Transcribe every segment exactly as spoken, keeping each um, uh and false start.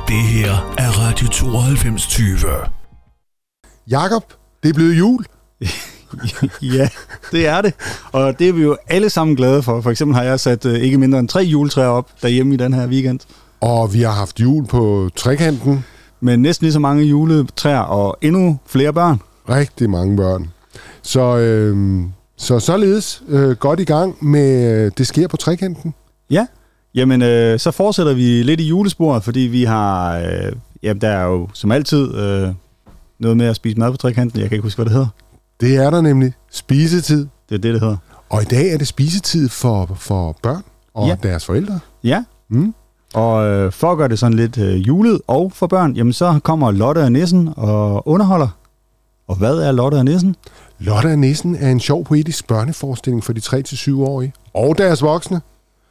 Det her er Radio tooghalvfems tyve. Jakob, det er blevet jul. Ja, det er det. Og det er vi jo alle sammen glade for. For eksempel har jeg sat uh, ikke mindre end tre juletræer op derhjemme i den her weekend. Og vi har haft jul på trekanten. Med næsten lige så mange juletræer og endnu flere børn. Rigtig mange børn. Så, øh, så således øh, godt i gang med øh, Det sker på trekanten. Ja, jamen øh, så fortsætter vi lidt i julesporet, fordi vi har, øh, jamen der er jo som altid øh, noget med at spise mad på trekanten. Jeg kan ikke huske, hvad det hedder. Det er der nemlig. Spisetid. Det er det, det hedder. Og i dag er det spisetid for, for børn og ja. deres forældre. Ja, mm. og øh, for at gøre det sådan lidt øh, julet og for børn, jamen så kommer Lotte og Nissen og underholder. Og hvad er Lotte og Nissen? Lotte og Nissen er en sjov poetisk børneforestilling for de tre til syv-årige og deres voksne.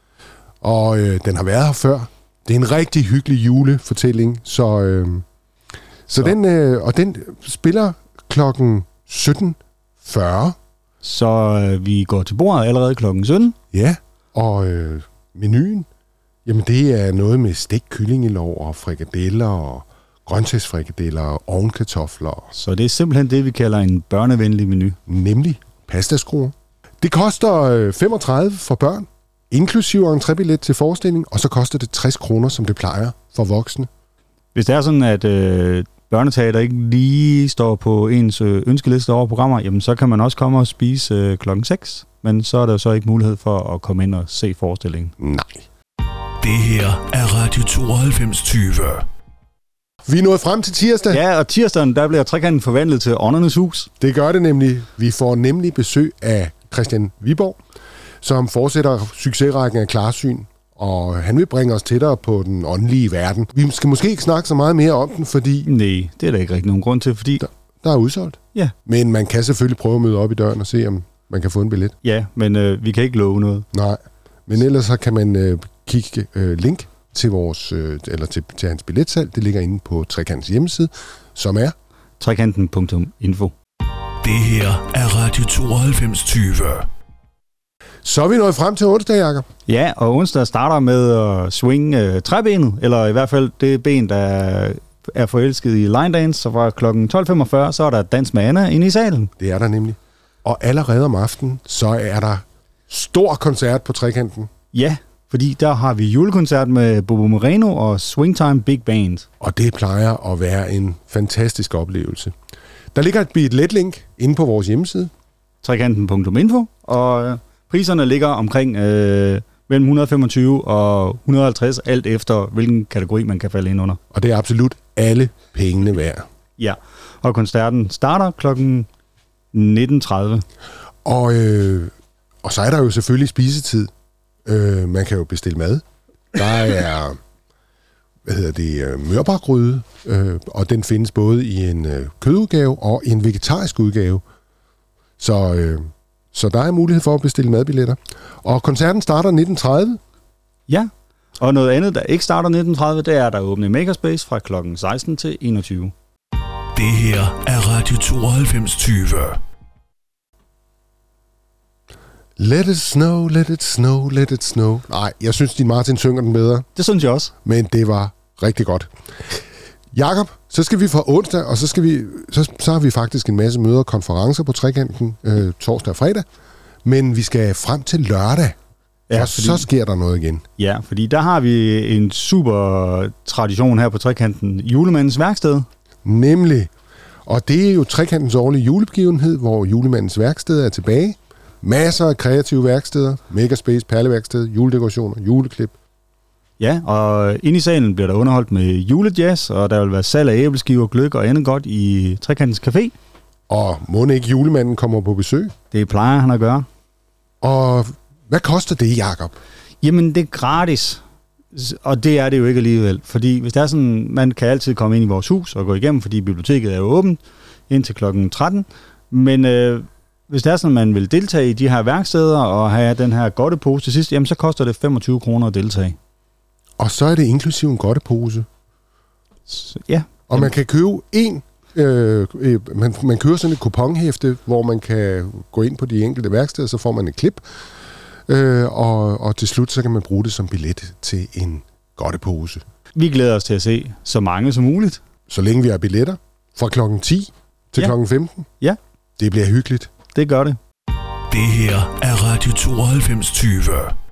Og øh, den har været her før. Det er en rigtig hyggelig julefortælling, så, øh, så, så. Den, øh, og den spiller klokken sytten fyrre. Så øh, vi går til bordet allerede klokken sytten. Ja, og øh, menuen, jamen det er noget med stegt kyllingelår og frikadeller og grøntsagsfrikadeller og ovenkartofler. Så det er simpelthen det, vi kalder en børnevenlig menu. Nemlig pastaskruer. Det koster øh, femogtredive for børn, inklusive entrébillet til forestilling, og så koster det tres kroner, som det plejer for voksne. Hvis det er sådan, at øh, børneteater ikke lige står på ens øh, ønskeliste over programmer, jamen så kan man også komme og spise øh, klokken seks. Men så er der så ikke mulighed for at komme ind og se forestillingen. Nej. Det her er Radio tooghalvfems tyve. Vi er nået frem til tirsdag. Ja, og tirsdagen, der bliver trekanten forvandlet til Åndernes Hus. Det gør det nemlig. Vi får nemlig besøg af Christian Viborg, som fortsætter succesrækken af klarsyn, og han vil bringe os tættere på den åndelige verden. Vi skal måske ikke snakke så meget mere om den, fordi... Nej, det er der ikke rigtig nogen grund til, fordi... Der, der er udsolgt. Ja. Men man kan selvfølgelig prøve at møde op i døren og se, om man kan få en billet. Ja, men øh, vi kan ikke love noget. Nej, men ellers så kan man øh, kigge øh, link til vores øh, eller til, til hans billetsalg. Det ligger inde på Trekantens hjemmeside, som er trekanten punktum info. Det her er Radio tooghalvfems tyve. Så er vi nået frem til onsdag, Jakob. Ja, og onsdag starter med at swinge øh, træbenet, eller i hvert fald det ben, der er forelsket i line dance. Så fra klokken tolv femogfyrre, så er der dans med Anna inde i salen. Det er der nemlig. Og allerede om aftenen, så er der stor koncert på Trekanten. Ja, fordi der har vi julekoncert med Bobo Moreno og Swingtime Big Band. Og det plejer at være en fantastisk oplevelse. Der ligger et billetlink inde på vores hjemmeside. trekanten punktum info, og priserne ligger omkring øh, mellem et hundrede og femogtyve og et hundrede og halvtreds, alt efter hvilken kategori man kan falde ind under. Og det er absolut alle pengene værd. Ja, og koncerten starter klokken nitten tredive. Og, øh, og så er der jo selvfølgelig spisetid. Øh, man kan jo bestille mad. Der er hvad hedder det, mørbakgryde, øh, og den findes både i en øh, kødudgave og i en vegetarisk udgave. Så, øh, så der er mulighed for at bestille madbilletter. Og koncerten starter nitten tredive. Ja, og noget andet, der ikke starter nitten tredive, det er, at der er åbnet Makerspace fra klokken seksten til enogtyve. Det her er Radio tooghalvfems tyve. Let it snow, let it snow, let it snow. Nej, jeg synes, din Martin synger den bedre. Det synes jeg også. Men det var rigtig godt. Jakob, så skal vi fra onsdag, og så, skal vi, så, så har vi faktisk en masse møder og konferencer på Trekanten øh, torsdag og fredag. Men vi skal frem til lørdag, ja, og fordi, så sker der noget igen. Ja, fordi der har vi en super tradition her på Trekanten. Julemandens værksted. Nemlig. Og det er jo Trekantens årlige julebegivenhed, hvor Julemandens værksted er tilbage. Masser af kreative værksteder, Makerspace, perleværksted, juledekorationer, juleklip. Ja, og inde i salen bliver der underholdt med julejazz, og der vil være salg af æbleskiver, gløgg og andet godt i Trekantens Café. Og må ikke julemanden kommer på besøg? Det plejer han at gøre. Og hvad koster det, Jakob? Jamen, det er gratis. Og det er det jo ikke alligevel. Fordi hvis det er sådan, man kan altid komme ind i vores hus og gå igennem, fordi biblioteket er jo åbent indtil klokken tretten. Men øh, hvis det er sådan, man vil deltage i de her værksteder og have den her godtepose til sidst, jamen så koster det femogtyve kroner at deltage. Og så er det inklusiv en godtepose. Så, ja. Og man kan købe en, øh, øh, man, man køber sådan et kuponhæfte, hvor man kan gå ind på de enkelte værksteder, så får man et klip, øh, og, og til slut så kan man bruge det som billet til en godtepose. vi glæder os til at se så mange som muligt. Så længe vi har billetter fra klokken ti til Ja. klokken femten. Ja. Det bliver hyggeligt. Det gør det. Det her er Radio tooghalvfems tyve.